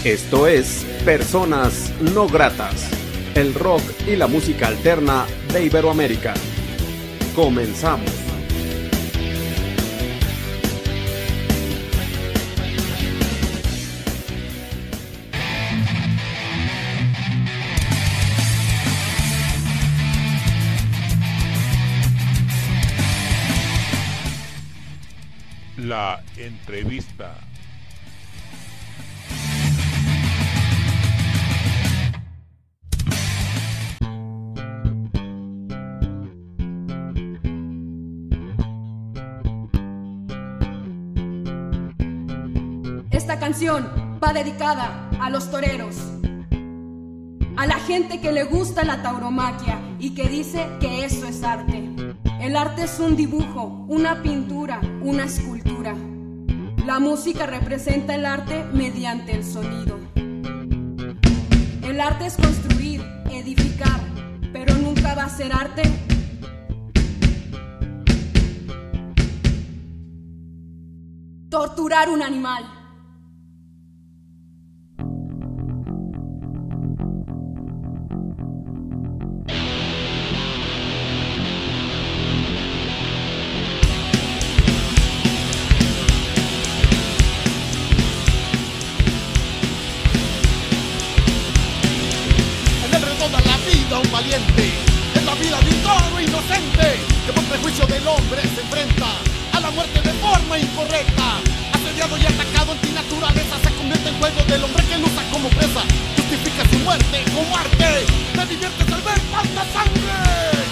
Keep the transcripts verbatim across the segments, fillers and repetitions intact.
Esto es Personas No Gratas, el rock y la música alterna de Iberoamérica. Comenzamos. La entrevista. Esta canción va dedicada a los toreros, a la gente que le gusta la tauromaquia y que dice que eso es arte. El arte es un dibujo, una pintura, una escultura. La música representa el arte mediante el sonido. El arte es construir, edificar, pero nunca va a ser arte torturar un animal. Un valiente, es la vida de un toro inocente que por prejuicio del hombre se enfrenta a la muerte de forma incorrecta. Asediado y atacado antinaturaleza, se convierte en juego del hombre que lo usa como presa. Justifica su muerte como arte, te diviertes al ver tanta sangre.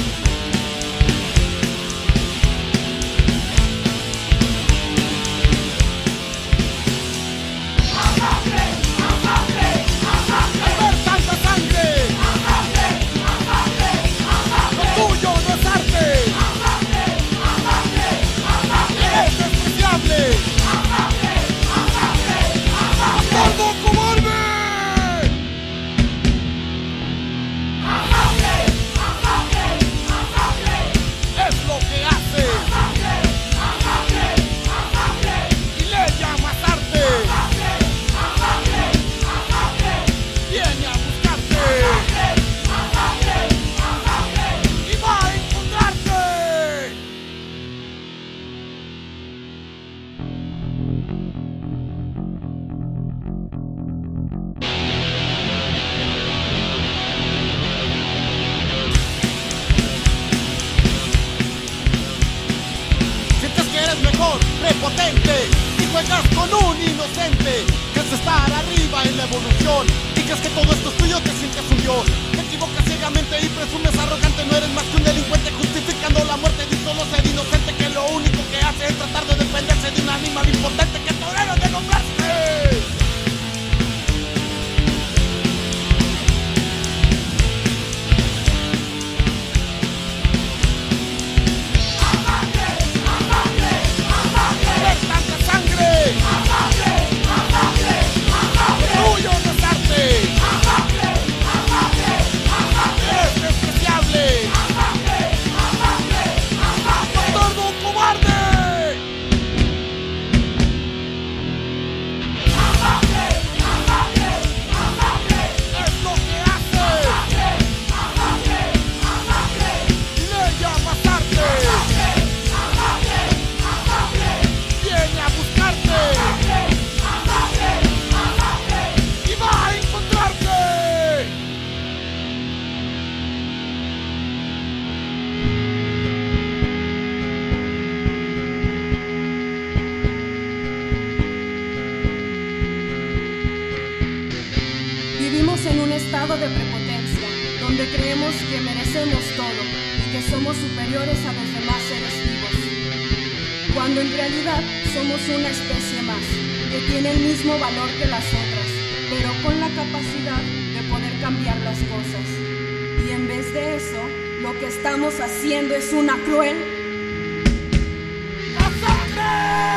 Prepotente y juegas con un inocente. Crees estar arriba en la evolución y crees que todo esto es tuyo, te sientes un dios. Te equivocas ciegamente y presumes arrogante. No eres más que un delincuente justificando la muerte de un solo ser inocente que lo único que hace es tratar de defenderse de un animal impotente que torero de nombrarse. De prepotencia, donde creemos que merecemos todo y que somos superiores a los demás seres vivos, cuando en realidad somos una especie más, que tiene el mismo valor que las otras, pero con la capacidad de poder cambiar las cosas. Y en vez de eso, lo que estamos haciendo es una cruel masacre.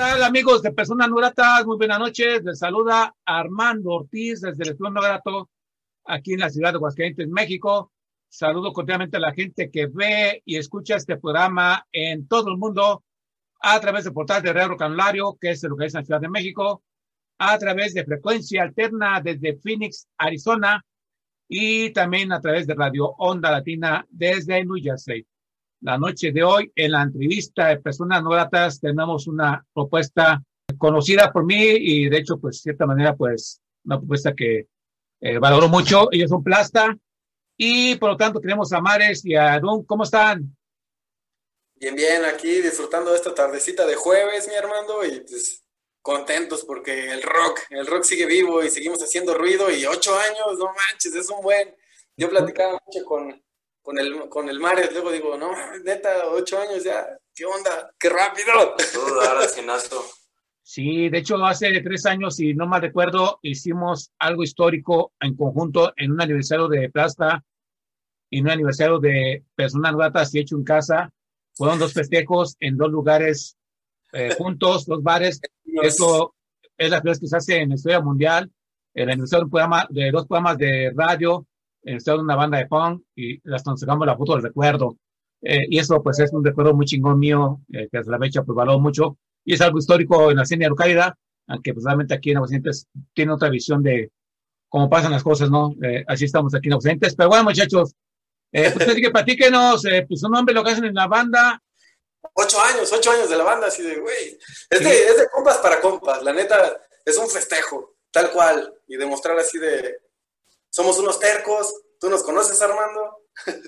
tal, amigos de Personas No Gratas? Muy buenas noches. Les saluda Armando Ortiz desde el Estudio No Grato, aquí en la ciudad de Aguascalientes, México. Saludo cordialmente a la gente que ve y escucha este programa en todo el mundo a través del portal de Radio Canulario, que es lo que es en la Ciudad de México, a través de Frecuencia Alterna desde Phoenix, Arizona, y también a través de Radio Onda Latina desde New Jersey. La noche de hoy, en la entrevista de Personas No Gratas, tenemos una propuesta conocida por mí y, de hecho, pues, de cierta manera, pues, una propuesta que eh, valoro mucho. Ellos son Plasta y, por lo tanto, tenemos a Mares y a Dun. ¿Cómo están? Bien, bien, aquí disfrutando de esta tardecita de jueves, mi Armando, y pues contentos porque el rock, el rock sigue vivo y seguimos haciendo ruido y ocho años, no manches, es un buen... Yo platicaba mucho con... Con el, con el Mares, luego digo, no, neta, ocho años ya, ¿qué onda? ¡Qué rápido! Todo dar al finazo. Sí, de hecho, hace tres años, si no mal recuerdo, hicimos algo histórico en conjunto en un aniversario de Plasta y un aniversario de Personas No Gratas y Hecho en Casa. Fueron dos festejos en dos lugares eh, juntos, dos bares. Eso es la primera vez que se hace en la historia mundial. El aniversario de, un programa, de dos programas de radio, en el de una banda de punk, y hasta nos sacamos la foto del recuerdo. Eh, y eso, pues, es un recuerdo muy chingón mío, eh, que hasta la fecha, pues, valoro mucho. Y es algo histórico en la escena localidad, aunque, pues, realmente aquí en Aguascalientes tiene otra visión de cómo pasan las cosas, ¿no? Eh, así estamos aquí en Aguascalientes. Pero bueno, muchachos, eh, pues, que platíquenos, eh, pues, un nombre, lo que hacen en la banda. Ocho años, ocho años de la banda, así de, güey. Es, sí. de, es de compas para compas, la neta, es un festejo, tal cual. Y demostrar así de... Somos unos tercos, tú nos conoces, Armando,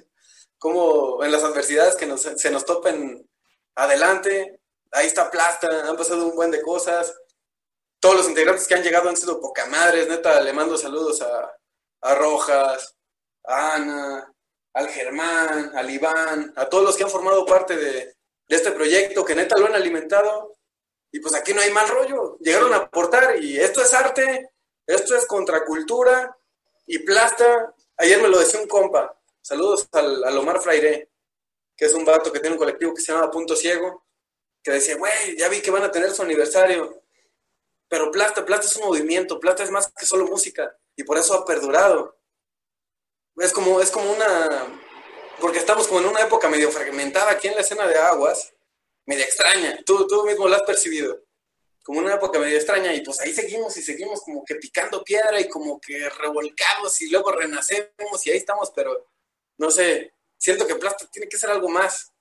como en las adversidades que nos, se nos topen adelante, ahí está Plasta, han pasado un buen de cosas, todos los integrantes que han llegado han sido poca madres, neta, le mando saludos a, a Rojas, a Ana, al Germán, al Iván, a todos los que han formado parte de, de este proyecto, que neta lo han alimentado, y pues aquí no hay mal rollo, llegaron a aportar, y esto es arte, esto es contracultura. Y Plasta, ayer me lo decía un compa, saludos al, al Omar Fraire, que es un vato que tiene un colectivo que se llama Punto Ciego, que decía, güey, ya vi que van a tener su aniversario, pero Plasta, Plasta es un movimiento, Plasta es más que solo música, y por eso ha perdurado. Es como, es como una, porque estamos como en una época medio fragmentada aquí en la escena de Aguas, medio extraña, tú, tú mismo lo has percibido. Como una época medio extraña, y pues ahí seguimos y seguimos como que picando piedra y como que revolcados y luego renacemos y ahí estamos, pero no sé, siento que Plasta tiene que ser algo más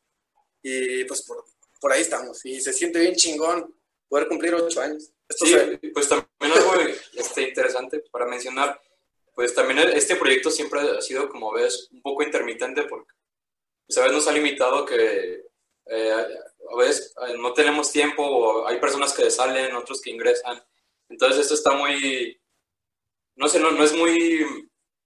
y pues por, por ahí estamos y se siente bien chingón poder cumplir ocho años. Esto sí, se... pues también algo este, interesante para mencionar, pues también este proyecto siempre ha sido, como ves, un poco intermitente porque pues, a veces nos ha limitado que... Eh, a veces no tenemos tiempo o hay personas que salen, otros que ingresan, entonces esto está muy, no sé, no, no es muy,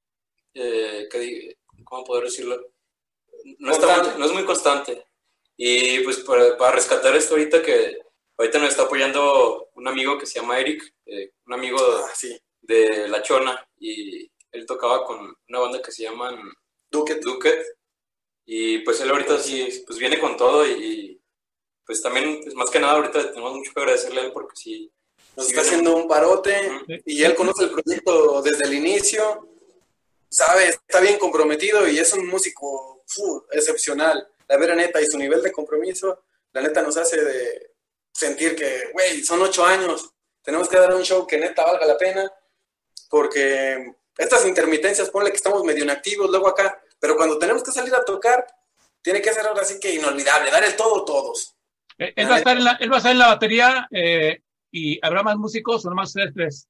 eh, ¿qué, ¿cómo poder decirlo? No, está muy, no es muy constante y pues para, para rescatar esto ahorita que ahorita nos está apoyando un amigo que se llama Eric, eh, un amigo ah, sí. de La Chona y él tocaba con una banda que se llaman Duket, Duket y pues él ahorita sí pues viene con todo y pues también, pues más que nada, ahorita tenemos mucho que agradecerle a él porque sí... Nos sí está viene... haciendo un parote uh-huh. y él conoce el proyecto desde el inicio, sabe, está bien comprometido y es un músico uh, excepcional. La vera neta y su nivel de compromiso, la neta nos hace de sentir que, güey, son ocho años, tenemos que dar un show que neta valga la pena, porque estas intermitencias, ponle que estamos medio inactivos luego acá, pero cuando tenemos que salir a tocar, tiene que ser ahora sí que inolvidable, dar el todo todos. Él va, a estar en la, él va a estar en la batería eh, y ¿habrá más músicos o nomás ustedes tres?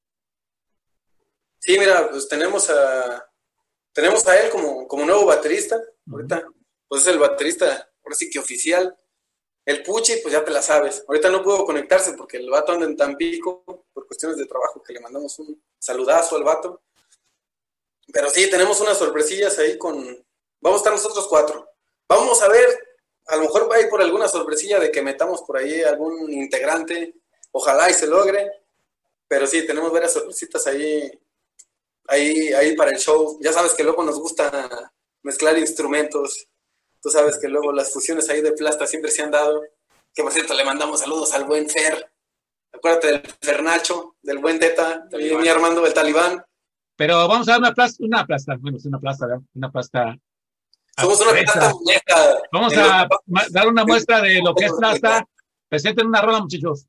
Sí, mira, pues tenemos a tenemos a él como, como nuevo baterista. Uh-huh. Ahorita, pues es el baterista, ahora sí que oficial. El Puchi, pues ya te la sabes. Ahorita no pudo conectarse porque el vato anda en Tampico por cuestiones de trabajo, que le mandamos un saludazo al vato. Pero sí, tenemos unas sorpresillas ahí con... Vamos a estar nosotros cuatro. Vamos a ver... A lo mejor va a ir por alguna sorpresilla de que metamos por ahí algún integrante. Ojalá y se logre. Pero sí, tenemos varias sorpresitas ahí, ahí, ahí para el show. Ya sabes que luego nos gusta mezclar instrumentos. Tú sabes que luego las fusiones ahí de Plasta siempre se han dado. Que por cierto, le mandamos saludos al buen Fer. Acuérdate del Fernacho, del buen Teta, también mi Armando, el Talibán. Pero vamos a dar una plasta, una plasta, bueno, es una plasta, ¿verdad? Una plasta. Somos una plasta muestra. Vamos a los... dar una muestra de lo que es plasta. Presenten una rola, muchachos.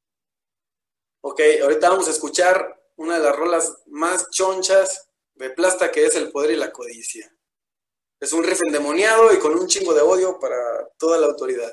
Ok, ahorita vamos a escuchar una de las rolas más chonchas de Plasta, que es El Poder y la Codicia. Es un riff endemoniado y con un chingo de odio para toda la autoridad.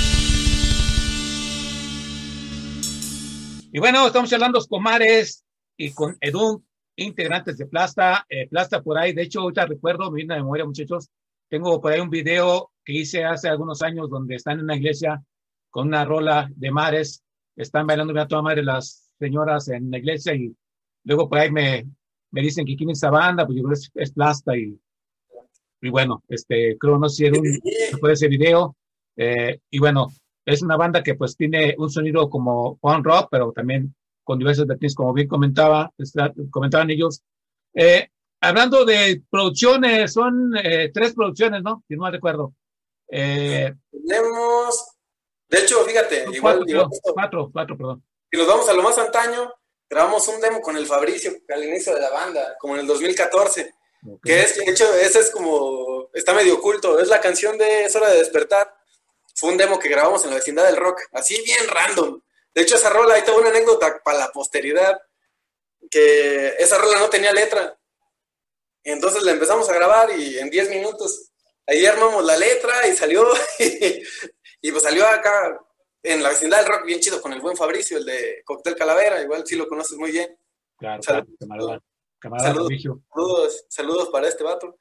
Y bueno, estamos charlando los comares y con Edum, integrantes de Plasta, eh, Plasta por ahí, de hecho, ahorita recuerdo, me viene a la memoria, muchachos, tengo por ahí un video que hice hace algunos años donde están en una iglesia con una rola de mares, están bailando a toda madre las señoras en la iglesia y luego por ahí me, me dicen que quién es esa banda, pues yo creo que es, es Plasta y, y bueno, este, creo no sé si era un, después de ese video, eh, y bueno, es una banda que pues tiene un sonido como punk rock, pero también con diversos vertientes, como bien comentaba, está, comentaban ellos. Eh, hablando de producciones, son eh, tres producciones, ¿no? Si no me recuerdo. Eh, Tenemos, de hecho, fíjate, cuatro, igual, igual cuatro, cuatro, cuatro, perdón. Si nos vamos a lo más antaño, grabamos un demo con el Fabricio al inicio de la banda, como en el dos mil catorce, okay. Que es, de hecho, ese es como, está medio oculto, es la canción de Es Hora de Despertar. Fue un demo que grabamos en la vecindad del rock, así bien random. De hecho, esa rola, ahí tengo una anécdota para la posteridad, que esa rola no tenía letra. Entonces la empezamos a grabar y en diez minutos ahí armamos la letra y salió, y, y pues salió acá en la vecindad del rock bien chido con el buen Fabricio, el de Cóctel Calavera, igual sí lo conoces muy bien. Claro, claro, camarada, camarada saludos, saludos, saludos para este vato.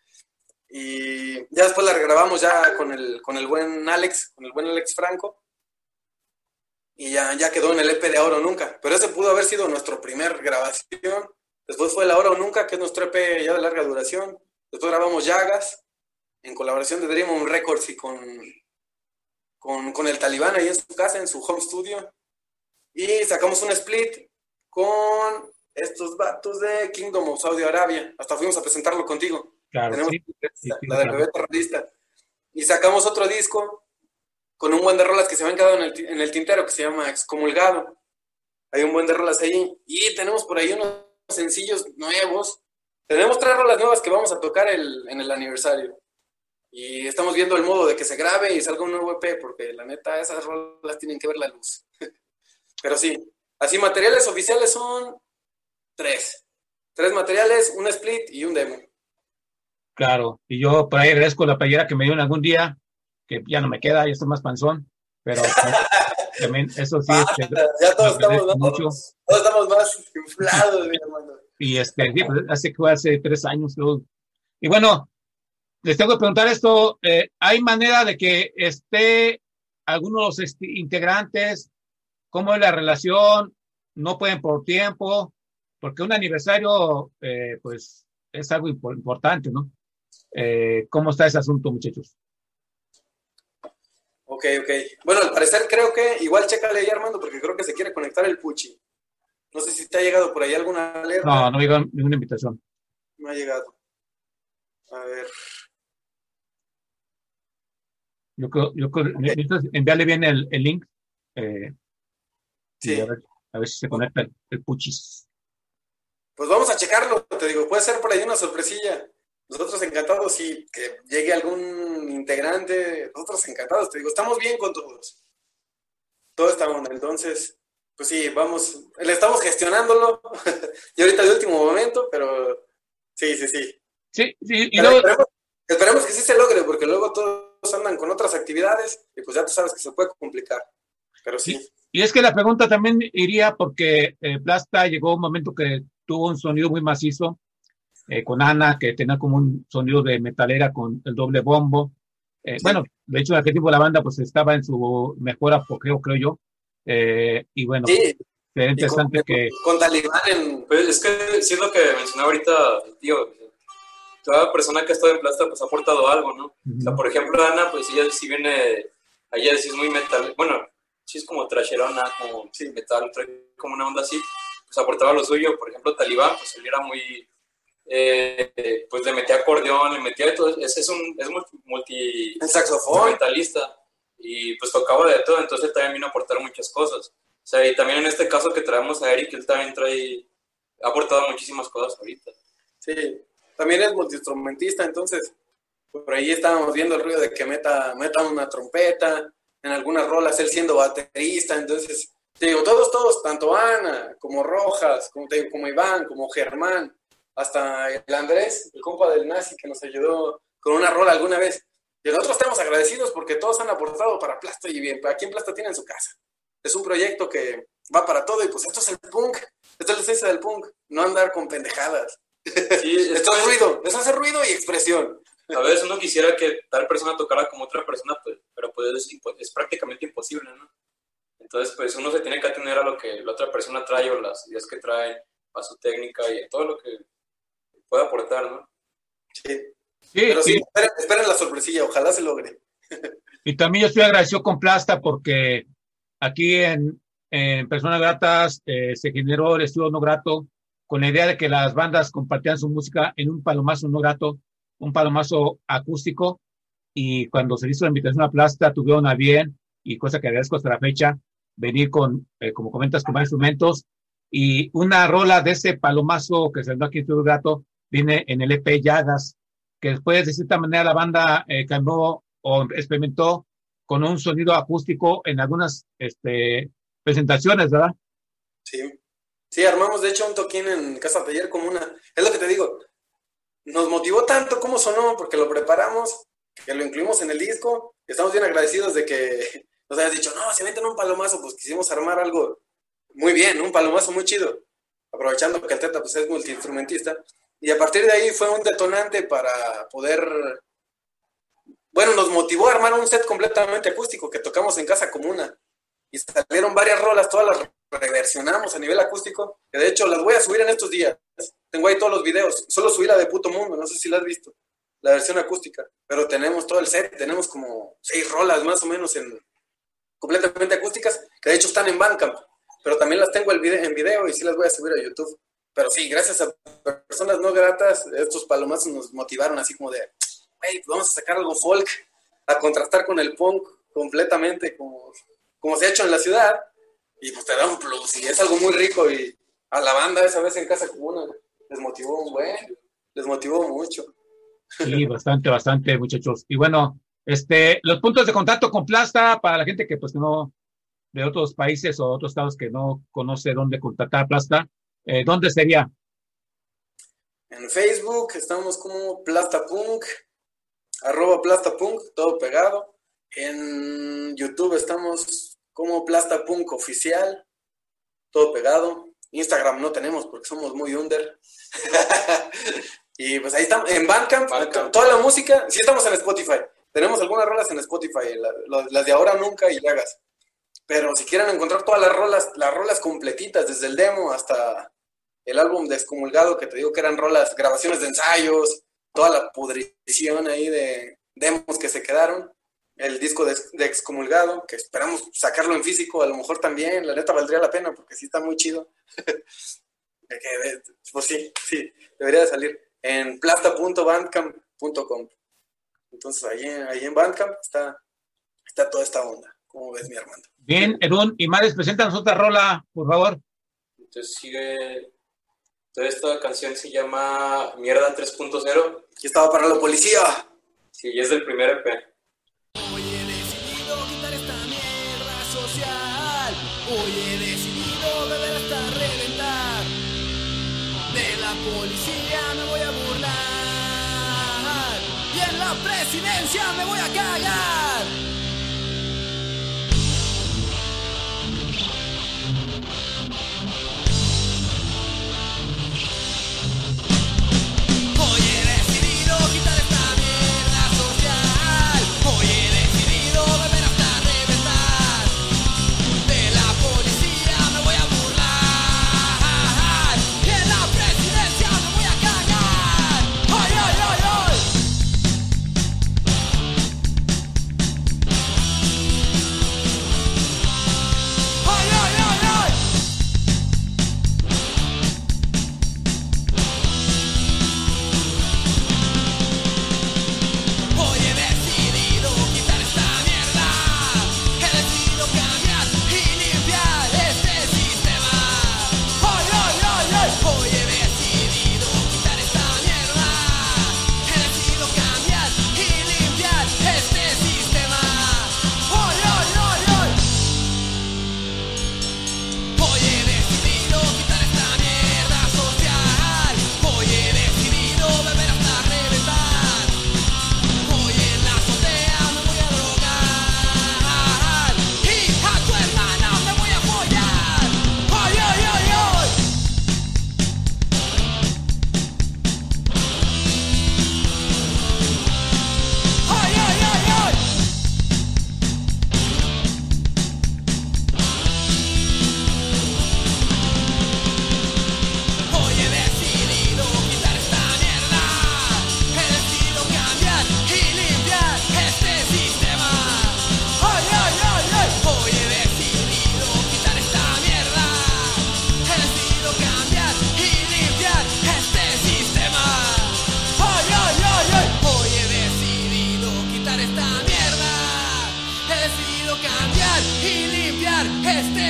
Y ya después la regrabamos ya con el, con el buen Alex, con el buen Alex Franco. Y ya, ya quedó en el E P de Ahora o Nunca. Pero ese pudo haber sido nuestra primer grabación. Después fue el Ahora o Nunca, que es nuestro E P ya de larga duración. Después grabamos Llagas, en colaboración de Dream On Records y con, con, con el Talibán ahí en su casa, en su home studio. Y sacamos un split con estos vatos de Kingdom of Saudi Arabia. Hasta fuimos a presentarlo contigo. Claro, Tenemos sí, la, sí, sí, la del claro. bebé terrorista. Y sacamos otro disco con un buen de rolas que se me han quedado en el, en el tintero, que se llama Excomulgado. Hay un buen de rolas ahí. Y tenemos por ahí unos sencillos nuevos. Tenemos tres rolas nuevas que vamos a tocar el, en el aniversario. Y estamos viendo el modo de que se grabe y salga un nuevo E P, porque la neta, esas rolas tienen que ver la luz. Pero sí, así materiales oficiales son tres. Tres materiales, un split y un demo. Claro, y yo por ahí agradezco la playera que me dieron algún día, que ya no me queda, ya estoy más panzón, pero también eso sí. Ah, este, ya todos estamos, más, mucho. todos estamos más inflados, mi hermano. Y este, sí, pues, hace, hace tres años, creo. Y bueno, les tengo que preguntar esto, eh, ¿hay manera de que esté algunos de los integrantes? ¿Cómo es la relación? ¿No pueden por tiempo? Porque un aniversario, eh, pues, es algo impo- importante, ¿no? Eh, ¿Cómo está ese asunto, muchachos? Ok, ok. Bueno, al parecer creo que, igual chécale ahí, Armando, porque creo que se quiere conectar el Puchi. No sé si te ha llegado por ahí alguna alerta. No, no me llegó ninguna invitación. No ha llegado. A ver. Yo creo, yo creo, okay. Necesito enviarle bien el, el link. Eh, sí. A ver, a ver si se conecta el, el Puchis. Pues vamos a checarlo, te digo, puede ser por ahí una sorpresilla. Nosotros encantados, si que llegue algún integrante, nosotros encantados, te digo, estamos bien con todos. Todo está onda, entonces, pues sí, vamos, le estamos gestionándolo, y ahorita de último momento, pero sí, sí, sí. Sí, sí, y luego... esperemos, esperemos que sí se logre, porque luego todos andan con otras actividades, y pues ya tú sabes que se puede complicar, pero sí. Y, y es que la pregunta también iría porque eh, Plasta llegó un momento que tuvo un sonido muy macizo, eh, con Ana, que tenía como un sonido de metalera con el doble bombo. Eh, sí. Bueno, de hecho, en aquel tiempo la banda pues estaba en su mejor apogeo, creo yo. Eh, y bueno, sí. Sería interesante con, que... Con Talibán en... Pues es que, sí es lo que mencionaba ahorita, tío, toda persona que ha estado en Plasta pues ha aportado algo, ¿no? Uh-huh. O sea, por ejemplo, Ana, pues ella sí viene, ella sí es muy metal, bueno, sí es como trasherona, como sí, metal, trae como una onda así, pues aportaba lo suyo. Por ejemplo, Talibán, pues él era muy... Eh, pues le metía acordeón, le metía de todo, es, es un es multi el saxofón metalista y pues tocaba de todo, entonces también vino a aportar muchas cosas. O sea, y también en este caso que traemos a Eric, él también trae, ha aportado muchísimas cosas ahorita. Sí, también es multiinstrumentista, entonces por ahí estábamos viendo el ruido de que meta, meta una trompeta, en algunas rolas él siendo baterista, entonces te digo, todos, todos, tanto Ana, como Rojas, como, te digo, como Iván, como Germán, hasta el Andrés, el compa del Nazi, que nos ayudó con una rola alguna vez. Y nosotros estamos agradecidos porque todos han aportado para Plasta y bien. Aquí en Plasta tienen su casa. Es un proyecto que va para todo y pues esto es el punk. Esto es la esencia del punk. no andar con pendejadas. Sí, esto es ruido, eso hace ruido y expresión. A veces uno quisiera que tal persona tocara como otra persona, pues, pero pues es, impo- es prácticamente imposible, ¿no? Entonces, pues uno se tiene que atener a lo que la otra persona trae o las ideas que trae, a su técnica y a todo lo que pueda aportar, ¿no? Sí. Sí, Pero sí, y, esperen, esperen la sorpresilla, ojalá se logre. y también yo estoy agradecido con Plasta porque aquí en, en Personas Gratas eh, se generó el estudio no grato con la idea de que las bandas compartieran su música en un palomazo no grato, un palomazo acústico, y cuando se hizo la invitación a Plasta tuvieron a bien, y cosa que agradezco hasta la fecha, venir con, eh, como comentas, con varios instrumentos, y una rola de ese palomazo que se dio aquí en Estudio Grato viene en el E P Llagas, que después de cierta manera la banda eh, cambió o experimentó con un sonido acústico en algunas este, presentaciones, ¿verdad? Sí. Sí, armamos de hecho un toquín en Casa Taller como una... Es lo que te digo, nos motivó tanto cómo sonó, porque lo preparamos, que lo incluimos en el disco, y estamos bien agradecidos de que nos hayas dicho, no, si meten un palomazo, pues quisimos armar algo muy bien, un palomazo muy chido, aprovechando que el Teta pues, es multiinstrumentista, y a partir de ahí fue un detonante para poder... Bueno, nos motivó a armar un set completamente acústico que tocamos en Casa Comuna, y salieron varias rolas, todas las reversionamos a nivel acústico, que de hecho las voy a subir en estos días. Tengo ahí todos los videos, solo subí la de Puto Mundo, no sé si la has visto, la versión acústica, pero tenemos todo el set, tenemos como seis rolas más o menos en completamente acústicas, que de hecho están en Bandcamp, pero también las tengo en video y sí las voy a subir a YouTube. Pero sí, gracias a Personas No Gratas, estos palomazos nos motivaron así como de, hey, pues vamos a sacar algo folk, a contrastar con el punk completamente, como, como se ha hecho en la ciudad, y pues te da un plus, y es algo muy rico, y a la banda esa vez en Casa Comuna les motivó un buen, les motivó mucho. Sí, bastante, bastante, muchachos. Y bueno, este, los puntos de contacto con Plasta, para la gente que pues no, de otros países o otros estados que no conoce dónde contactar a Plasta, eh, ¿dónde sería? En Facebook estamos como Plastapunk, arroba Plastapunk, todo pegado. En YouTube estamos como Plastapunk Oficial, todo pegado. Instagram no tenemos porque somos muy under. Y pues ahí estamos, en Bandcamp, Bandcamp, toda la música, sí estamos en Spotify. Tenemos algunas rolas en Spotify, la, las de Ahora Nunca y Llagas. Pero si quieren encontrar todas las rolas, las rolas completitas, desde el demo hasta el álbum de Excomulgado, que te digo que eran rolas, grabaciones de ensayos, toda la pudrición ahí de demos que se quedaron, el disco de, de Excomulgado, que esperamos sacarlo en físico, a lo mejor también, la neta valdría la pena, porque sí está muy chido. Pues sí, sí, debería de salir en plasta punto bandcamp punto com. Entonces ahí, ahí en Bandcamp está, está toda esta onda. ¿Cómo ves, mi Armando? Bien, Edún y Mares, preséntanos otra rola, por favor. Entonces sigue... Toda esta canción se llama Mierda tres punto cero. Aquí estaba para la policía. Sí, y es del primer E P. Hoy he decidido quitar esta mierda social. Hoy he decidido beber hasta reventar. De la policía me voy a burlar. Y en la presidencia me voy a cagar.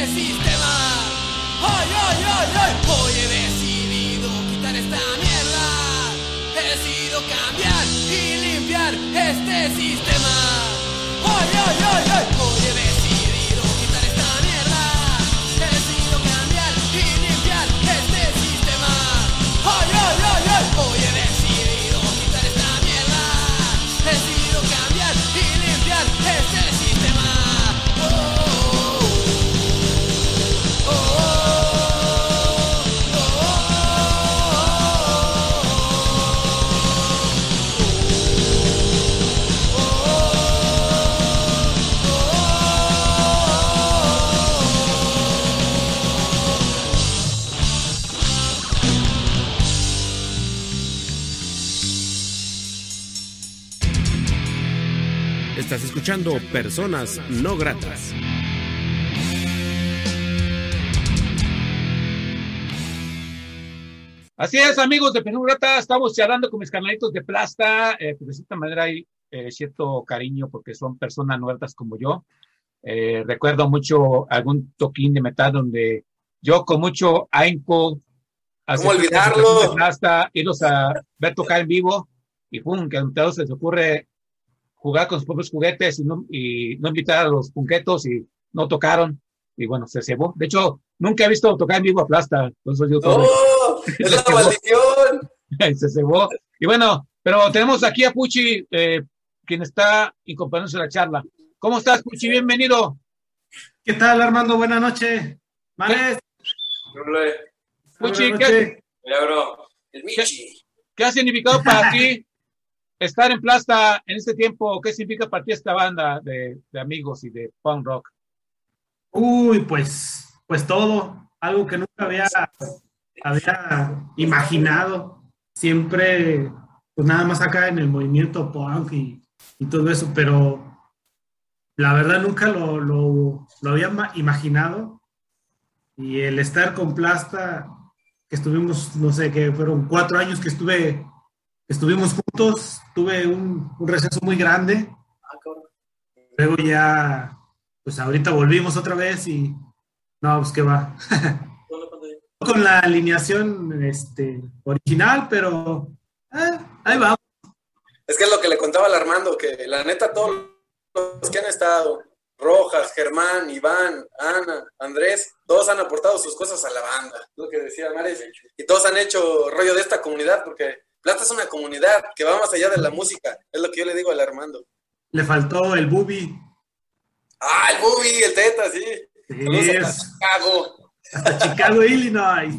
sistema. Hoy, hoy, hoy, hoy, hoy he decidido quitar esta mierda. He decidido cambiar y limpiar este sistema. Hoy, hoy, hoy, hoy, hoy he decidido quitar esta mierda. He decidido cambiar y limpiar este sistema. Hoy, hoy, hoy, hoy, hoy he decidido quitar esta mierda. He decidido cambiar y limpiar este sistema. Oh, oh, oh, oh, oh, Estás escuchando Personas No Gratas. Así es, amigos de Personas No Gratas, estamos charlando con mis canalitos de Plasta, eh, pues de cierta manera hay eh, cierto cariño porque son personas no gratas como yo. Eh, recuerdo mucho algún toquín de metal donde yo con mucho ahínco ¿Cómo olvidarlo? de Plasta, irlos a ver tocar en vivo y pum, que a todos se les ocurre jugar con sus propios juguetes y no, y no invitar a los punquetos y no tocaron y bueno, se cebó. De hecho, nunca he visto tocar en vivo a Plasta, por eso yo todo. ¡Oh! ¡Es la maldición! Se cebó. Y bueno, pero tenemos aquí a Puchi, eh, quien está acompañándonos en la charla. ¿Cómo estás, Puchi? Bienvenido. ¿Qué tal, Armando? Buenas noches. Manes. Puchi, Buenas ¿qué, noches. Mira, bro. El Michi. ¿qué ha significado para ti estar en Plasta en este tiempo? ¿Qué significa para ti esta banda de, de amigos y de punk rock? Uy, pues, pues todo. Algo que nunca había, había imaginado. Siempre, pues nada más acá en el movimiento punk y, y todo eso, pero la verdad nunca lo, lo, lo había ma- imaginado. Y el estar con Plasta, que estuvimos, no sé, que fueron cuatro años que estuve, estuvimos juntos, tuve un, un receso muy grande. Luego ya, pues ahorita volvimos otra vez y no, pues qué va. Con la alineación este, original, pero eh, ahí vamos. Es que es lo que le contaba al Armando, que la neta todos los que han estado, Rojas, Germán, Iván, Ana, Andrés, todos han aportado sus cosas a la banda, es lo que decía Mares, y todos han hecho rollo de esta comunidad, porque Plasta es una comunidad que va más allá de la música, es lo que yo le digo al Armando. Le faltó el Bubi. Ah, el Bubi, el Teta, sí. Saludos Es- hasta Chicago. Hasta Chicago, Illinois.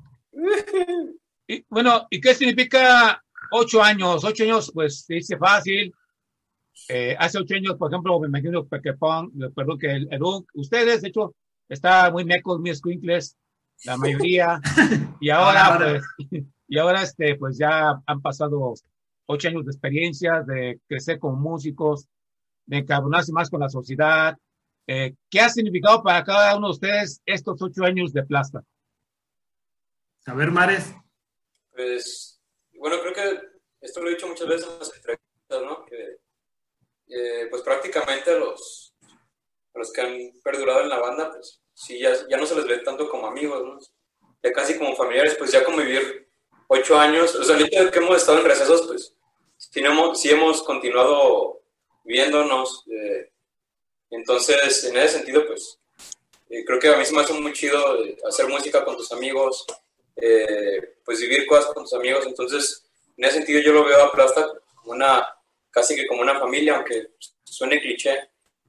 Y, bueno, ¿y qué significa ocho años? Ocho años, pues se dice fácil. Eh, hace ocho años, por ejemplo, me imagino que Pong, perdón, que el, el ustedes, de hecho, está muy mecos, muy squinkles, la mayoría. Y ahora, Ahora. pues, y ahora, este, pues ya han pasado ocho años de experiencia, de crecer como músicos, de encabronarse más con la sociedad. Eh, ¿Qué ha significado para cada uno de ustedes estos ocho años de Plasta? A ver, Mares. Pues, bueno, creo que esto lo he dicho muchas veces en las entrevistas, ¿no? Que, eh, pues prácticamente los, los que han perdurado en la banda, pues sí, ya, ya no se les ve tanto como amigos, ¿no? Ya casi como familiares, pues ya convivir ocho años, o sea, ahorita que hemos estado en recesos, pues sí hemos, sí hemos continuado viéndonos, eh, entonces, en ese sentido, pues eh, creo que a mí se me hace muy chido eh, hacer música con tus amigos, eh, pues vivir cosas con tus amigos, entonces en ese sentido yo lo veo a Plasta como una, casi que como una familia, aunque suene cliché.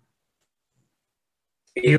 Y,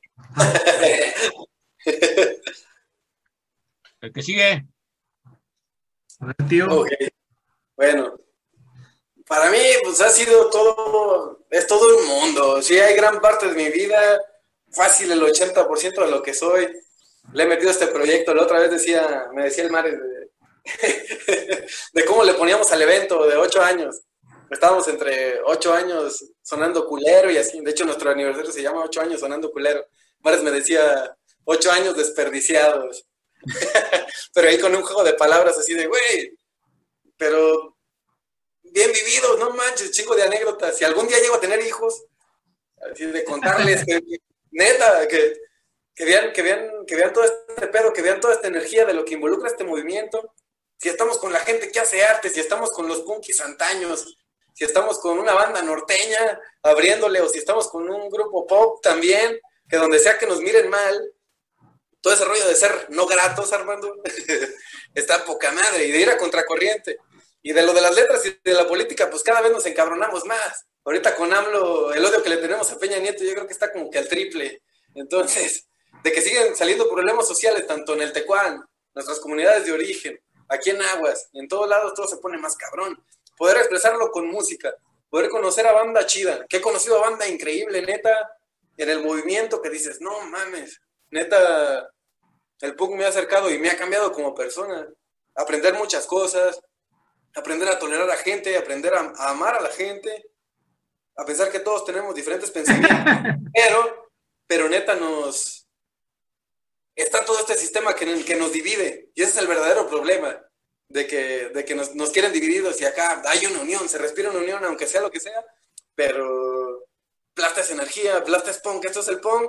El que sigue. A ver, tío. Ok. Bueno, para mí, pues ha sido todo, es todo un mundo. Sí, hay gran parte de mi vida, fácil el ochenta por ciento de lo que soy. Le he metido a este proyecto. La otra vez decía, me decía el Mares de, de cómo le poníamos al evento de ocho años. Estábamos entre ocho años sonando culero y así. De hecho, nuestro aniversario se llama ocho años sonando culero. Mares me decía, ocho años desperdiciados. Pero ahí con un juego de palabras así de, güey, pero bien vividos, no manches, chingo de anécdotas. Si algún día llego a tener hijos, así de contarles que, neta, que que vean, que vean, que vean todo este pedo, que vean toda esta energía de lo que involucra este movimiento. Si estamos con la gente que hace arte, si estamos con los punkis antaños, si estamos con una banda norteña abriéndole, o si estamos con un grupo pop también, que donde sea que nos miren mal, todo ese rollo de ser no gratos, Armando, está poca madre, y de ir a contracorriente. Y de lo de las letras y de la política, pues cada vez nos encabronamos más. Ahorita con AMLO, el odio que le tenemos a Peña Nieto, yo creo que está como que al triple. Entonces, de que siguen saliendo problemas sociales, tanto en el Tecuán, nuestras comunidades de origen, aquí en Aguas, en todos lados todo se pone más cabrón. Poder expresarlo con música, poder conocer a banda chida, que he conocido a banda increíble, neta, en el movimiento, que dices, no mames, neta, el punk me ha acercado y me ha cambiado como persona. Aprender muchas cosas, aprender a tolerar a gente, aprender a, a amar a la gente, a pensar que todos tenemos diferentes pensamientos, pero, pero neta nos... está todo este sistema que, que nos divide, y ese es el verdadero problema, de que, de que nos, nos quieren divididos, y acá hay una unión, se respira una unión, aunque sea lo que sea, pero Plasta es energía, Plasta es punk, esto es el punk,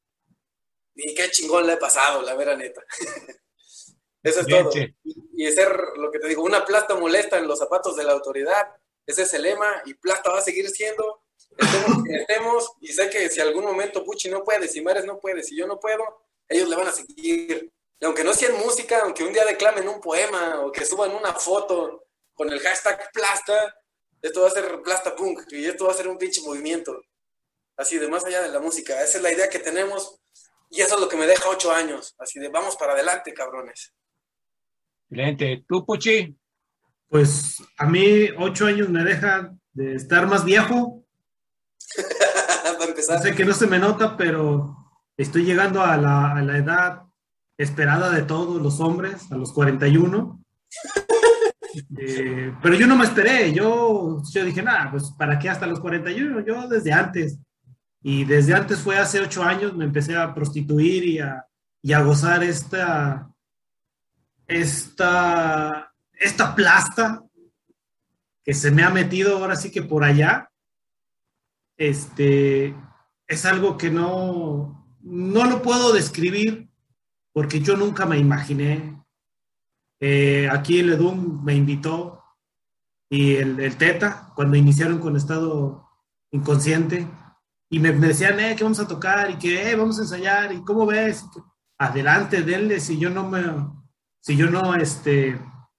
y qué chingón le he pasado, la vera neta. Eso es Bien, todo. sí. Y, y ser, lo que te digo, una plasta molesta en los zapatos de la autoridad, ese es el lema, y Plasta va a seguir siendo, estemos que estemos, y sé que si algún momento Puchi no puede, si Mares no puede, si yo no puedo, ellos le van a seguir. Y aunque no sea en música, aunque un día declamen un poema, o que suban una foto con el hashtag Plasta, esto va a ser Plasta Punk, y esto va a ser un pinche movimiento. Así de más allá de la música, esa es la idea que tenemos, y eso es lo que me deja ocho años, así de vamos para adelante, cabrones. Excelente. ¿Tú, Puchi? Pues a mí ocho años me deja de estar más viejo. Para empezar. Sé que no se me nota, pero estoy llegando a la, a la edad esperada de todos los hombres, a los cuarenta y uno. Eh, pero yo no me esperé, yo, yo dije, nada, pues ¿para qué hasta los cuarenta y uno? Yo desde antes. Y desde antes fue hace ocho años, me empecé a prostituir y a, y a gozar esta... Esta, esta plasta que se me ha metido ahora sí que por allá, este, es algo que no, no lo puedo describir porque yo nunca me imaginé. Eh, aquí el Edum me invitó y el, el Teta, cuando iniciaron con Estado Inconsciente, y me, me decían, eh, que vamos a tocar y que eh, vamos a ensayar, y cómo ves, adelante, denle, si yo no me... Si yo no, este,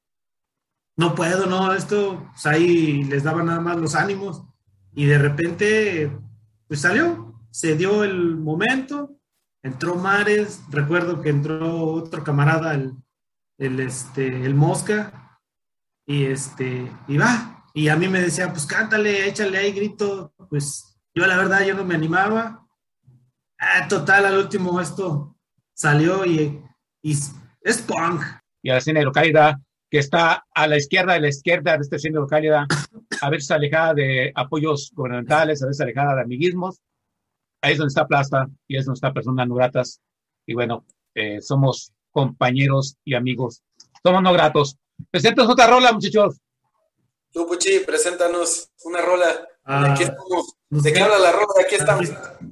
no puedo, no, esto, pues ahí les daba nada más los ánimos y de repente, pues salió, se dio el momento, entró Mares, recuerdo que entró otro camarada, el, el, este, el Mosca, y este, y va, y a mí me decía, pues cántale, échale ahí grito, pues yo la verdad yo no me animaba, ah, total, al último esto salió y, y es punk. Y a la escena de localidad, que está a la izquierda de la izquierda de esta escena de localidad, a veces alejada de apoyos gubernamentales, a veces alejada de amiguismos. Ahí es donde está Plasta y es donde está Personas No Gratas. Y bueno, eh, somos compañeros y amigos. Somos no gratos. Preséntanos otra rola, muchachos. Tú, Puchi, preséntanos una rola. Ah, de aquí estamos. ¿De qué habla la rola? De aquí estamos.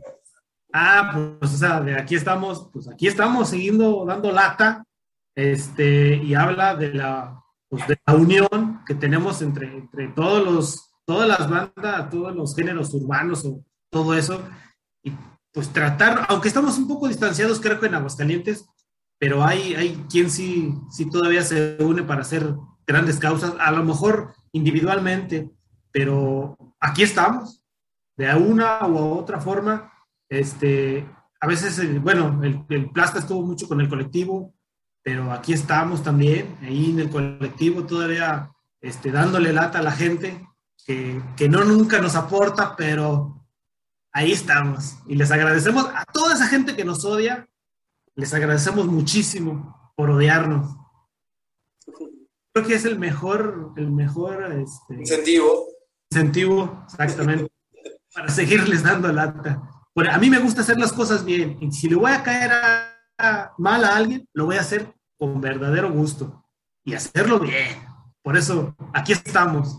Ah, pues, o sea, de aquí estamos, pues aquí estamos siguiendo dando lata, este, y habla de la, pues, de la unión que tenemos entre, entre todos los, todas las bandas, todos los géneros urbanos o todo eso, y pues tratar, aunque estamos un poco distanciados, creo que en Aguascalientes, pero hay, hay quien sí, sí todavía se une para hacer grandes causas, a lo mejor individualmente, pero aquí estamos, de una u otra forma. Este, a veces, el, bueno, el, el Plasta estuvo mucho con el colectivo, pero aquí estamos también, ahí en el colectivo todavía este, dándole lata a la gente, que, que no nunca nos aporta, pero ahí estamos. Y les agradecemos a toda esa gente que nos odia, les agradecemos muchísimo por odiarnos. Creo que es el mejor, el mejor este, incentivo. Incentivo, exactamente, para seguirles dando lata. Bueno, a mí me gusta hacer las cosas bien, y si le voy a caer a, a, mal a alguien, lo voy a hacer con verdadero gusto y hacerlo bien. Por eso, aquí estamos.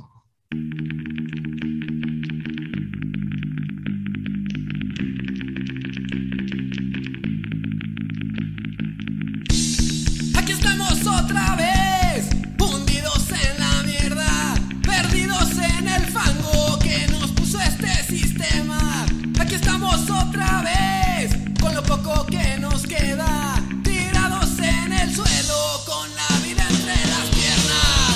otra vez, hundidos en la mierda, perdidos en el fango que nos puso este sistema. Aquí estamos otra vez, con lo poco que nos queda, tirados en el suelo, con la vida entre las piernas.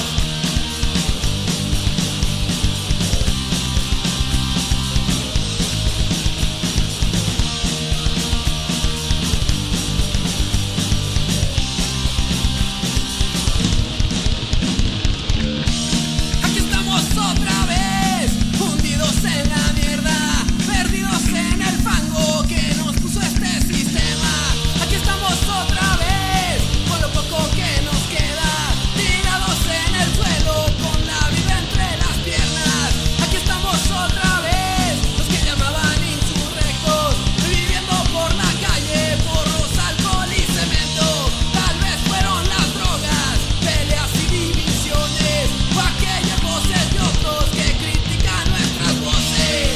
Aquí estamos otra vez, hundidos en la mierda, perdidos en el fango que nos puso este sistema. Aquí estamos otra vez, con lo poco que nos queda, tirados en el suelo, con la vida entre las piernas. Aquí estamos otra vez, los que llamaban insurrectos, viviendo por la calle, porros, alcohol y cemento. Tal vez fueron las drogas, peleas y divisiones, o aquellas voces de otros que critican nuestras voces.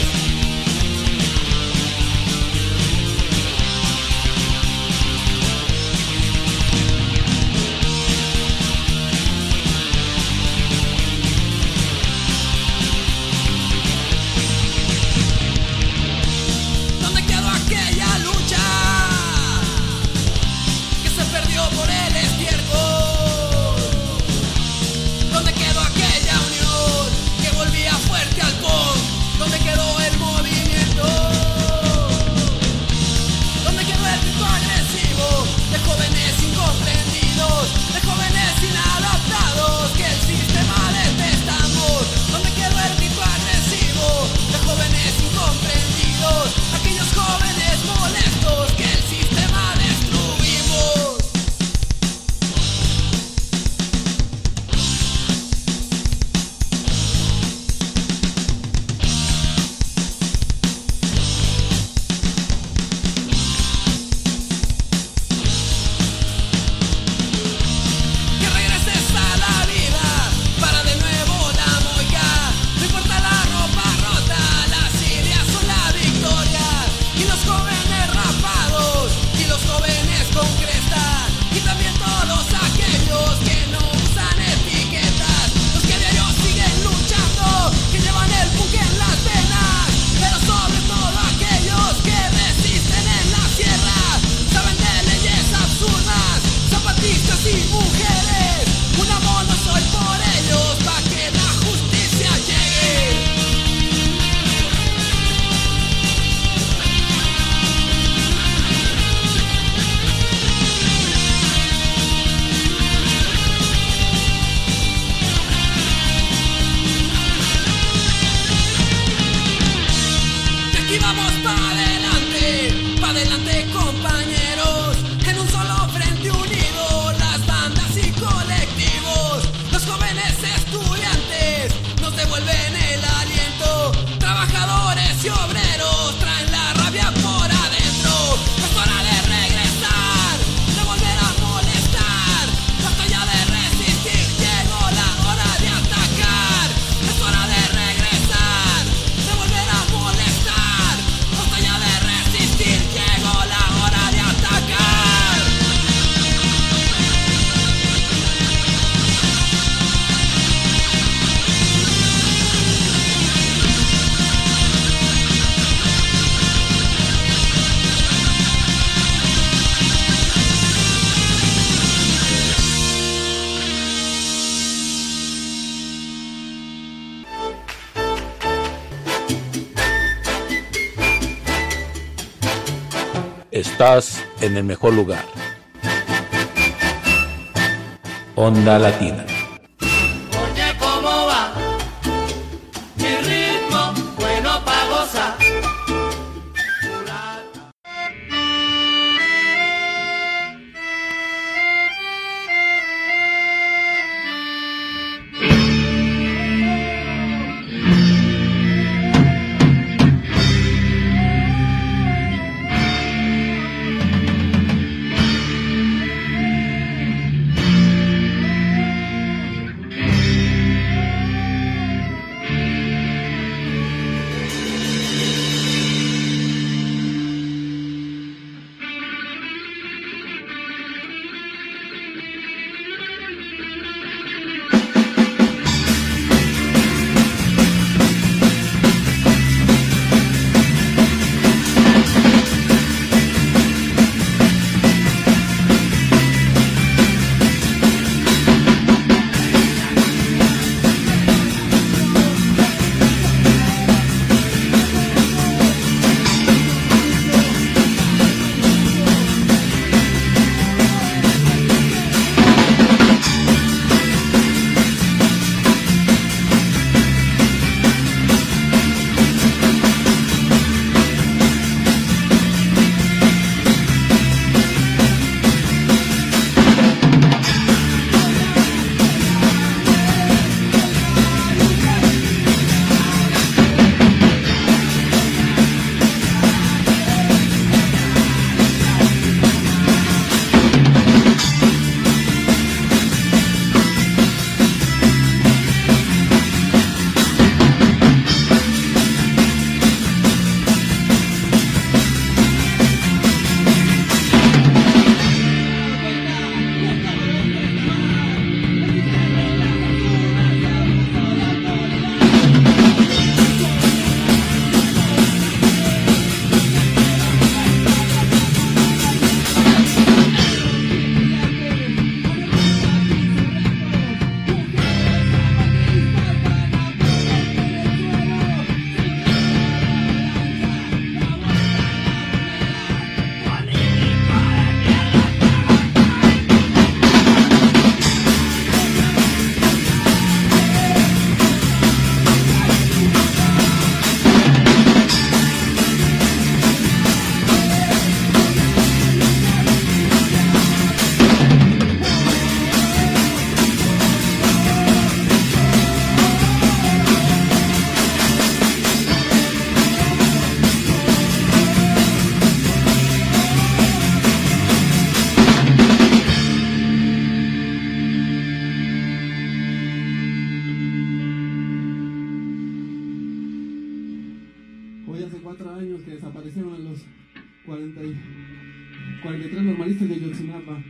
¿Dónde quedó aquella lucha que se perdió por el estiércol? ¿Dónde quedó aquella unión que volvía fuerte al punk? ¿Dónde quedó el movimiento? ¿Dónde quedó el grito agresivo de jóvenes incomprendidos, de jóvenes inadaptados que el sistema detestamos? ¿Dónde quedó el grito agresivo de jóvenes incomprendidos, aquellos jóvenes molestos que el sistema destruimos? Que regreses a la vida para de nuevo la moica. No importa la ropa rota, las ideas son la victoria. Y los jóvenes rapados, y los jóvenes con cresta, y también todos aquellos que no usan etiquetas, los que diario siguen luchando, que llevan el punk en las venas, pero sobre todo aquellos que resisten en la sierra, saben de leyes absurdas, zapatistas y mujeres. Una mono soy por ellos, pa' que la justicia llegue. Y aquí vamos pa' adelante, pa' adelante compañeros, en un solo frente unido, las bandas y colectivos, los jóvenes estudiantes nos devuelven el aliento, trabajadores y obreros traen la rabia por adentro. Es hora de regresar, de volver a molestar, basta ya de resistir, llegó la hora de atacar. Es hora de regresar, de volver a molestar, basta ya de resistir, llegó la hora de atacar. Estás en el mejor lugar. Onda Latina. Oye, ¿cómo va? Mi ritmo, bueno pa' gozar. Hoy hace cuatro años que desaparecieron a los cuarenta y, cuarenta y tres normalistas de Yotzinapa.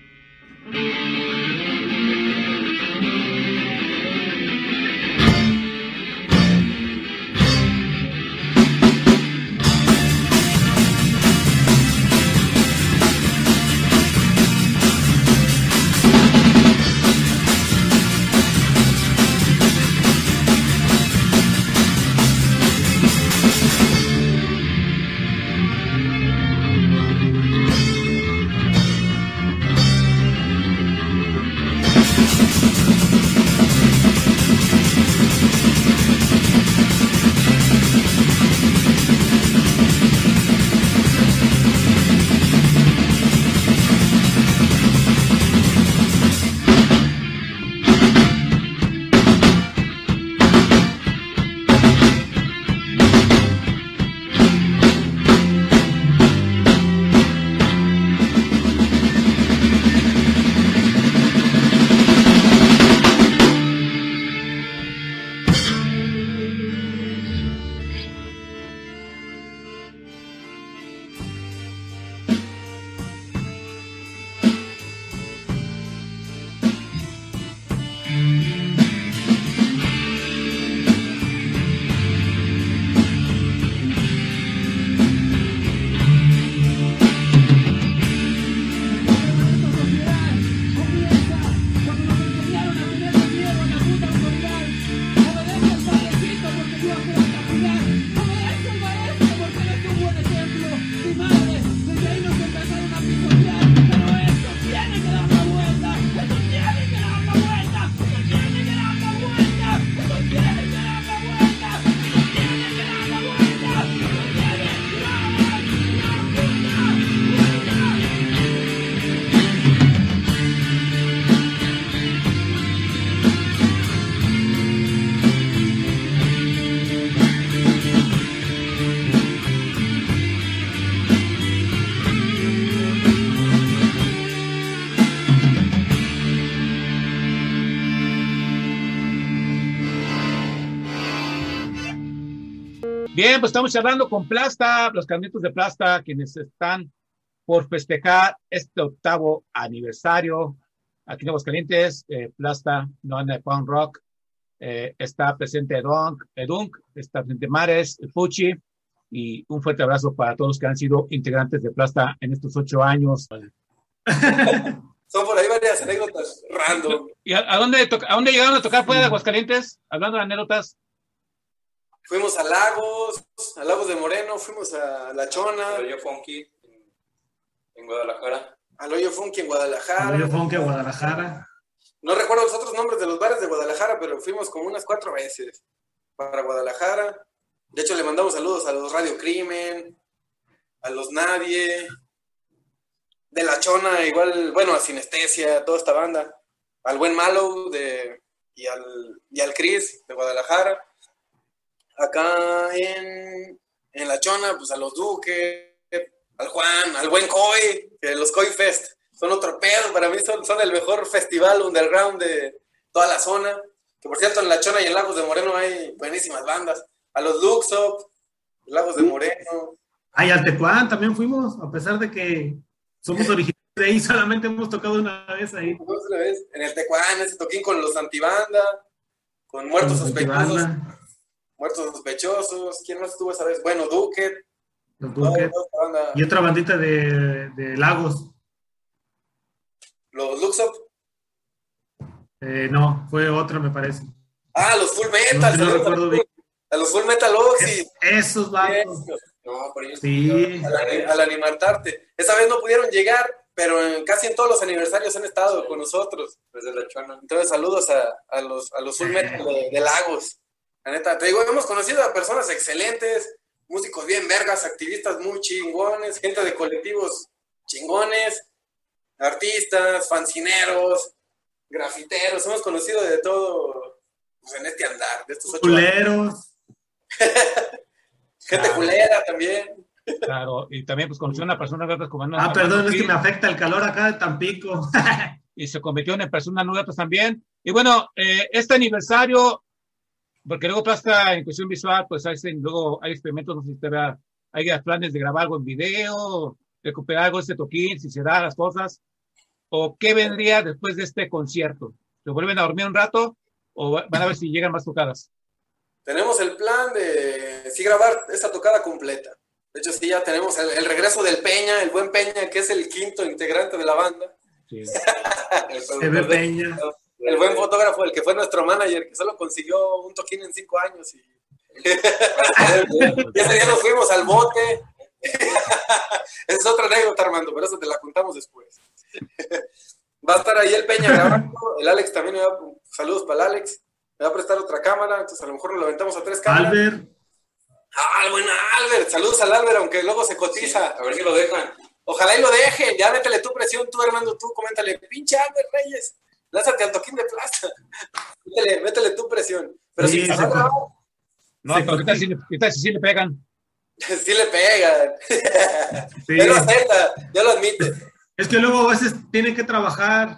Bien, pues estamos charlando con Plasta, los Carnitos de Plasta, quienes están por festejar este octavo aniversario aquí en Aguascalientes. eh, Plasta, no en el punk rock, eh, está presente Edunk, Edunk, está presente Mares, el Fuchi, y un fuerte abrazo para todos los que han sido integrantes de Plasta en estos ocho años. Son por ahí varias anécdotas random. ¿Y a, a, dónde, to- a dónde llegaron a tocar fuera de Aguascalientes? Hablando de anécdotas. Fuimos a Lagos, a Lagos de Moreno, fuimos a La Chona. Al Hoyo Funky en, en Guadalajara. Al Hoyo Funky en Guadalajara. Al Hoyo Funky en Guadalajara. No recuerdo los otros nombres de los bares de Guadalajara, pero fuimos como unas cuatro veces para Guadalajara. De hecho, le mandamos saludos a los Radio Crimen, a los Nadie, de La Chona, igual, bueno, a Sinestesia, toda esta banda, al Buen Malo de, y, al, y al Chris de Guadalajara. Acá en, en La Chona, pues a los Duque, al Juan, al Buen Coy, que los Coy Fest son otro pedo, para mí son, son el mejor festival underground de toda la zona. Que por cierto, en La Chona y en Lagos de Moreno hay buenísimas bandas. A los Luxop, Lagos de Moreno. Ay, al Tecuán también fuimos, a pesar de que somos originarios de ahí, solamente hemos tocado una vez ahí. Una vez. En el Tecuán, ese toquín con los Antibanda, con Muertos Con Sospechosos. Antibanda. Muertos Sospechosos. ¿Quién más estuvo esa vez? Bueno, Duque. Los Duque. Y otra bandita de, de Lagos. Los Luxop. Eh, no, fue otra, me parece. Ah, los Full Metal. No, no recuerdo bien. A los Full Metal Oxy. Esos vatos. No, por ellos. Sí. Al, al Animartarte. Esa vez no pudieron llegar, pero en, casi en todos los aniversarios han estado sí. con nosotros. Desde La Chona. Entonces, saludos a, a los, a los Full Metal de, de Lagos. La neta, te digo, hemos conocido a personas excelentes, músicos bien vergas, activistas muy chingones, gente de colectivos chingones, artistas, fancineros, grafiteros. Hemos conocido de todo pues, en este andar, de estos ocho culeros. Gente claro. culera también. Claro, y también pues conoció a una persona de como Ah, perdón, es que me afecta el calor acá de Tampico. Y se convirtió en persona nueva pues también. Y bueno, eh, este aniversario porque luego Plasta en cuestión visual, pues hacen, luego hay experimentos, no sé si te vea, hay planes de grabar algo en video, recuperar algo de este toquín, si se da las cosas, o qué vendría después de este concierto. ¿Se vuelven a dormir un rato o van a ver si llegan más tocadas? Tenemos el plan de sí grabar esta tocada completa. De hecho, sí, ya tenemos el, el regreso del Peña, el buen Peña, que es el quinto integrante de la banda. Sí. Se ve Peña. El buen fotógrafo, el que fue nuestro manager, que solo consiguió un toquín en cinco años. Y, y ese día nos fuimos al bote. Esa es otra anécdota, Armando, pero eso te la contamos después. Va a estar ahí el Peña grabando. El Alex también me va, saludos para el Alex. Me va a prestar otra cámara, entonces a lo mejor lo aventamos a tres cámaras. Albert. Ah, bueno, Albert. Saludos al Albert, aunque luego se cotiza. Sí, a ver si lo dejan. Ojalá y lo dejen. Ya métele tu presión, tú, Armando, tú, coméntale. Pinche Albert Reyes, lánzate al toquín de Plasta. métele, métele tu presión. Pero sí, si se va no, pero ¿qué tal si, qué tal si sí le pegan? Sí le pegan. Sí. Ya lo acepta, ya lo admite. Es que luego a veces tienen que trabajar.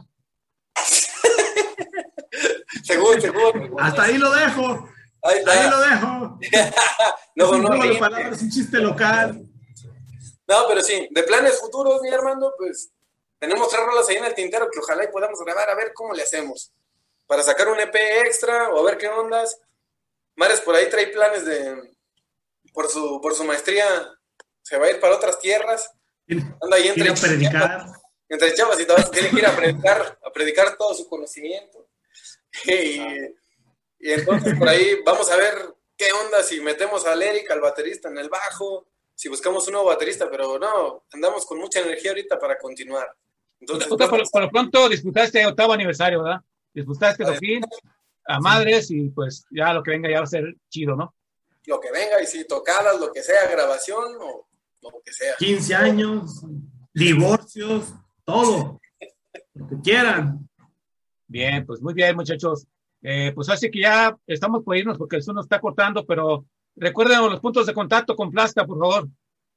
seguro, seguro. Hasta ahí lo dejo. Ahí, ahí lo dejo. no, es no, no. De palabras, un chiste local. No, pero sí, de planes futuros, mi Armando, pues tenemos tres rolas ahí en el tintero que ojalá y podamos grabar a ver cómo le hacemos. Para sacar un E P extra o a ver qué ondas. Mares por ahí trae planes de... Por su, por su maestría se va a ir para otras tierras. Anda ahí entre chavas, entre chavas y todas tiene que ir a predicar, a predicar todo su conocimiento. Y, y entonces por ahí vamos a ver qué onda si metemos al Eric, al baterista en el bajo, si buscamos un nuevo baterista, pero no, andamos con mucha energía ahorita para continuar. Entonces, por, por, por lo pronto disfrutaste el octavo aniversario, ¿verdad? Disfrutaste el fin a madres y pues ya lo que venga ya va a ser chido, ¿no? Lo que venga, y si tocadas, lo que sea, grabación o lo que sea. quince años, divorcios, todo. Lo que quieran. Bien, pues muy bien, muchachos. Eh, pues así que ya estamos por irnos porque el sol nos está cortando, pero recuerden los puntos de contacto con Plasta, por favor.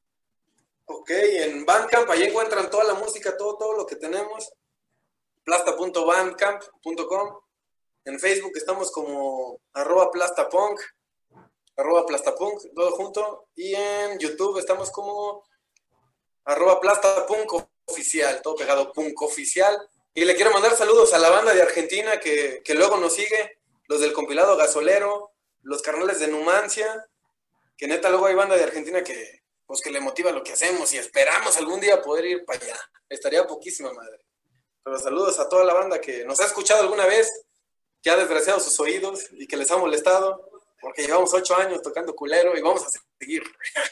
Ok, en Bandcamp, ahí encuentran toda la música, todo, todo lo que tenemos. plasta punto bandcamp punto com. En Facebook estamos como arroba plastapunk. arroba plastapunk, todo junto, y en YouTube estamos como arroba plastapunk oficial, todo pegado, punk oficial, y le quiero mandar saludos a la banda de Argentina que, que luego nos sigue, los del compilado Gasolero, los carnales de Numancia, que neta luego hay banda de Argentina que, pues que le motiva lo que hacemos, y esperamos algún día poder ir para allá, estaría poquísima madre, pero saludos a toda la banda que nos ha escuchado alguna vez, que ha desgraciado sus oídos, y que les ha molestado, porque llevamos ocho años tocando culero y vamos a seguir.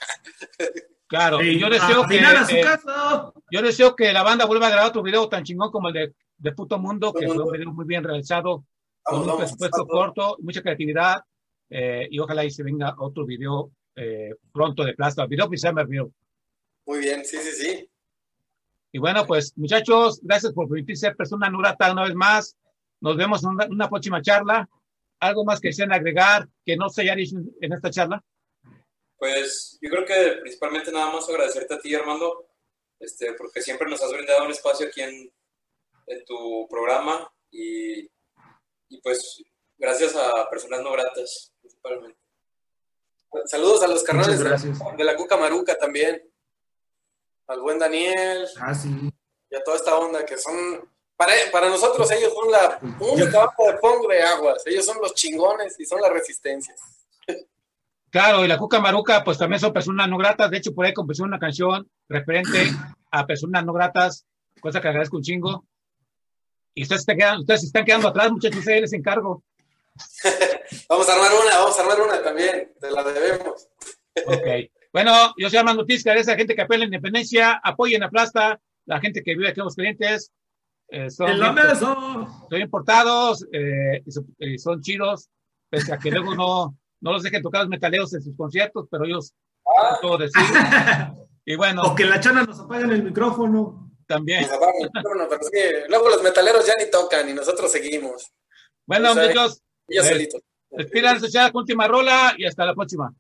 Claro, y yo deseo que eh, yo deseo que la banda vuelva a grabar otro video tan chingón como el de, de Puto Mundo, que fue un video muy bien realizado, con un presupuesto corto, mucha creatividad, eh, y ojalá y se venga otro video eh, pronto de Plasta, video oficial me vio. Muy bien, sí, sí, sí. Y bueno, pues muchachos, gracias por permitirse ser persona no grata una vez más. Nos vemos en una, una próxima charla. ¿Algo más que desean agregar que no se haya dicho en esta charla? Pues yo creo que principalmente nada más agradecerte a ti, Armando, este, porque siempre nos has brindado un espacio aquí en, en tu programa y, y pues gracias a personas no gratas principalmente. Saludos a los carnales de la, de la Cuca Maruca también, al buen Daniel, ah, sí. Y a toda esta onda que son... Para, para nosotros ellos son la única banda de punk de Aguas, ellos son los chingones y son la resistencia. Claro, y la Cuca Maruca pues también son personas no gratas, de hecho por ahí compuso una canción referente a personas no gratas, cosa que agradezco un chingo. Y ustedes se quedan, ustedes se están quedando atrás, muchachos, ustedes les encargo. Vamos a armar una, vamos a armar una también, te la debemos. Ok, bueno, yo soy Armando Ortiz, que agradece a la gente que apela a la independencia, apoyen a Plasta, la gente que vive aquí en los clientes. Eh, son, en la bien, mesa. son importados eh, y, son, y son chidos, pese a que luego no, no los dejen tocar los metaleros en sus conciertos, pero ellos ah. todo decir. Y bueno. O que la chana nos apagan el micrófono. También. Nos apagan el micrófono, pero sí, luego los metaleros ya ni tocan y nosotros seguimos. Bueno, muchachos, ellos eh, solitos. despidan su chat, última rola y hasta la próxima.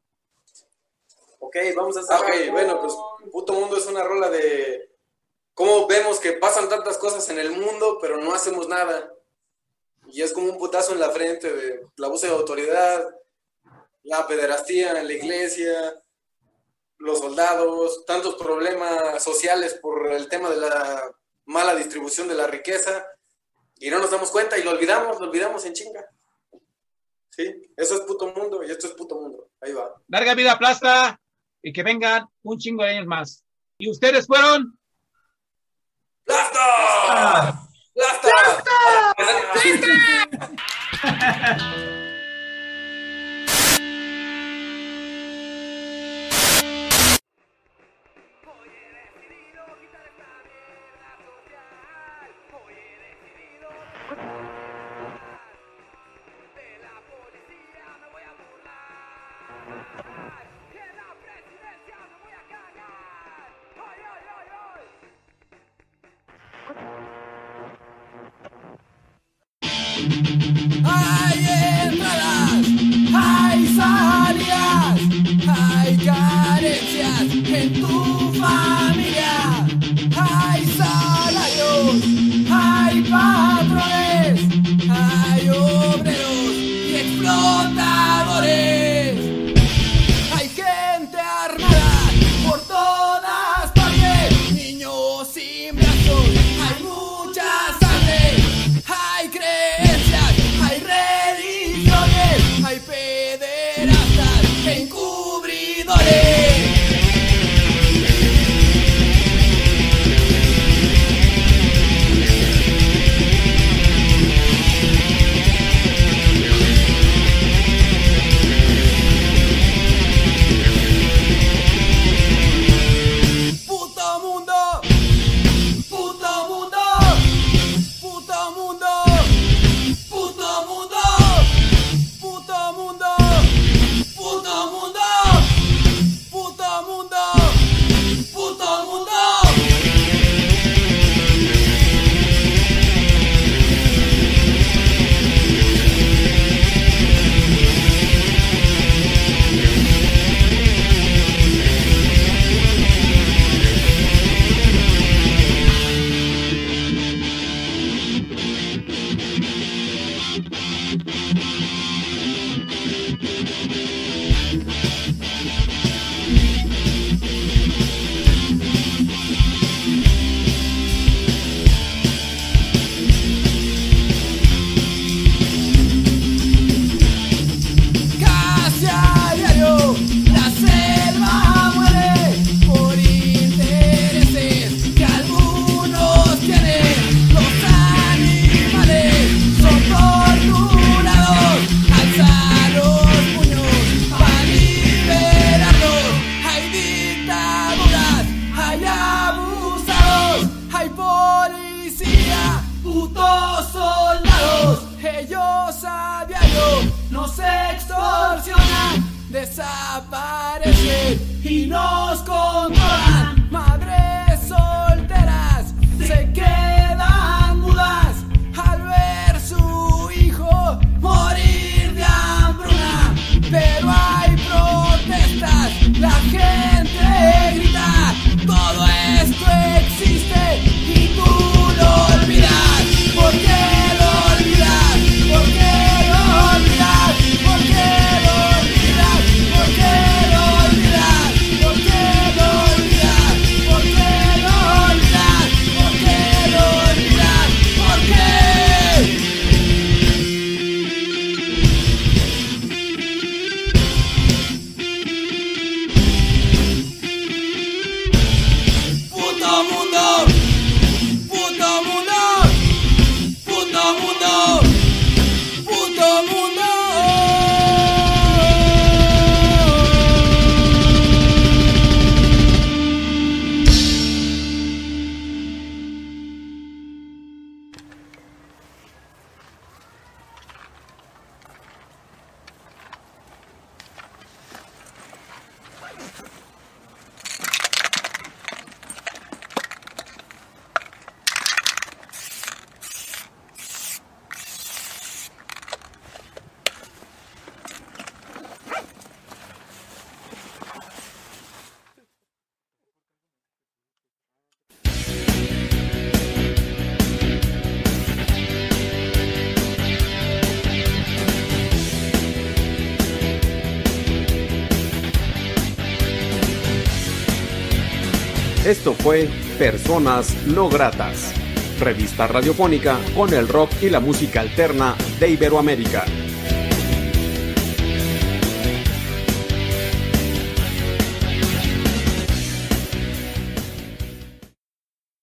Ok, vamos a hacer. Ah, ok, bueno, pues Puto Mundo es una rola de cómo vemos que pasan tantas cosas en el mundo, pero no hacemos nada. y es como un putazo en la frente de la abuso de autoridad, la pederastía en la iglesia, los soldados, tantos problemas sociales por el tema de la mala distribución de la riqueza, y no nos damos cuenta y lo olvidamos, lo olvidamos en chinga. Sí, eso es puto mundo y esto es puto mundo. Ahí va. Larga vida Plasta y que vengan un chingo de años más. ¿Y ustedes fueron? ¡Plasta! ¡Plasta! ¡Plasta! Hay entradas, hay salidas, hay carencias en tu familia, hay salarios, hay patrones, hay obreros y explotadores, hay gente armada por todas partes, niños sin brazos, hay mucha sangre, hay creencias, hay religiones, hay pederastas encubridores. Puto mundo, puto mundo, puto mundo, puto mundo, puto mundo, puto mundo, puto mundo, puto mundo. Casi a diario la selva muere por intereses que algunos tienen. Los animales son torturados, alzan los puños para liberarlos. Hay dictaduras, hay abusados, hay policía, putos soldados. Ellos a diario nos extorsionan, desaparecen y nos controlan. Madres solteras se quedan mudas al ver su hijo morir de hambruna. Pero hay protestas, la gente grita, todo esto existe y tú lo olvidas. ¿Por qué lo olvidas? ¿Por qué lo olvidas? ¿Por qué lo olvidas? ¿Por qué lo olvidas? ¿Por qué lo olvidas? ¿Por qué lo olvidas? ¿Por qué Esto fue Personas No Gratas, revista radiofónica con el rock y la música alterna de Iberoamérica.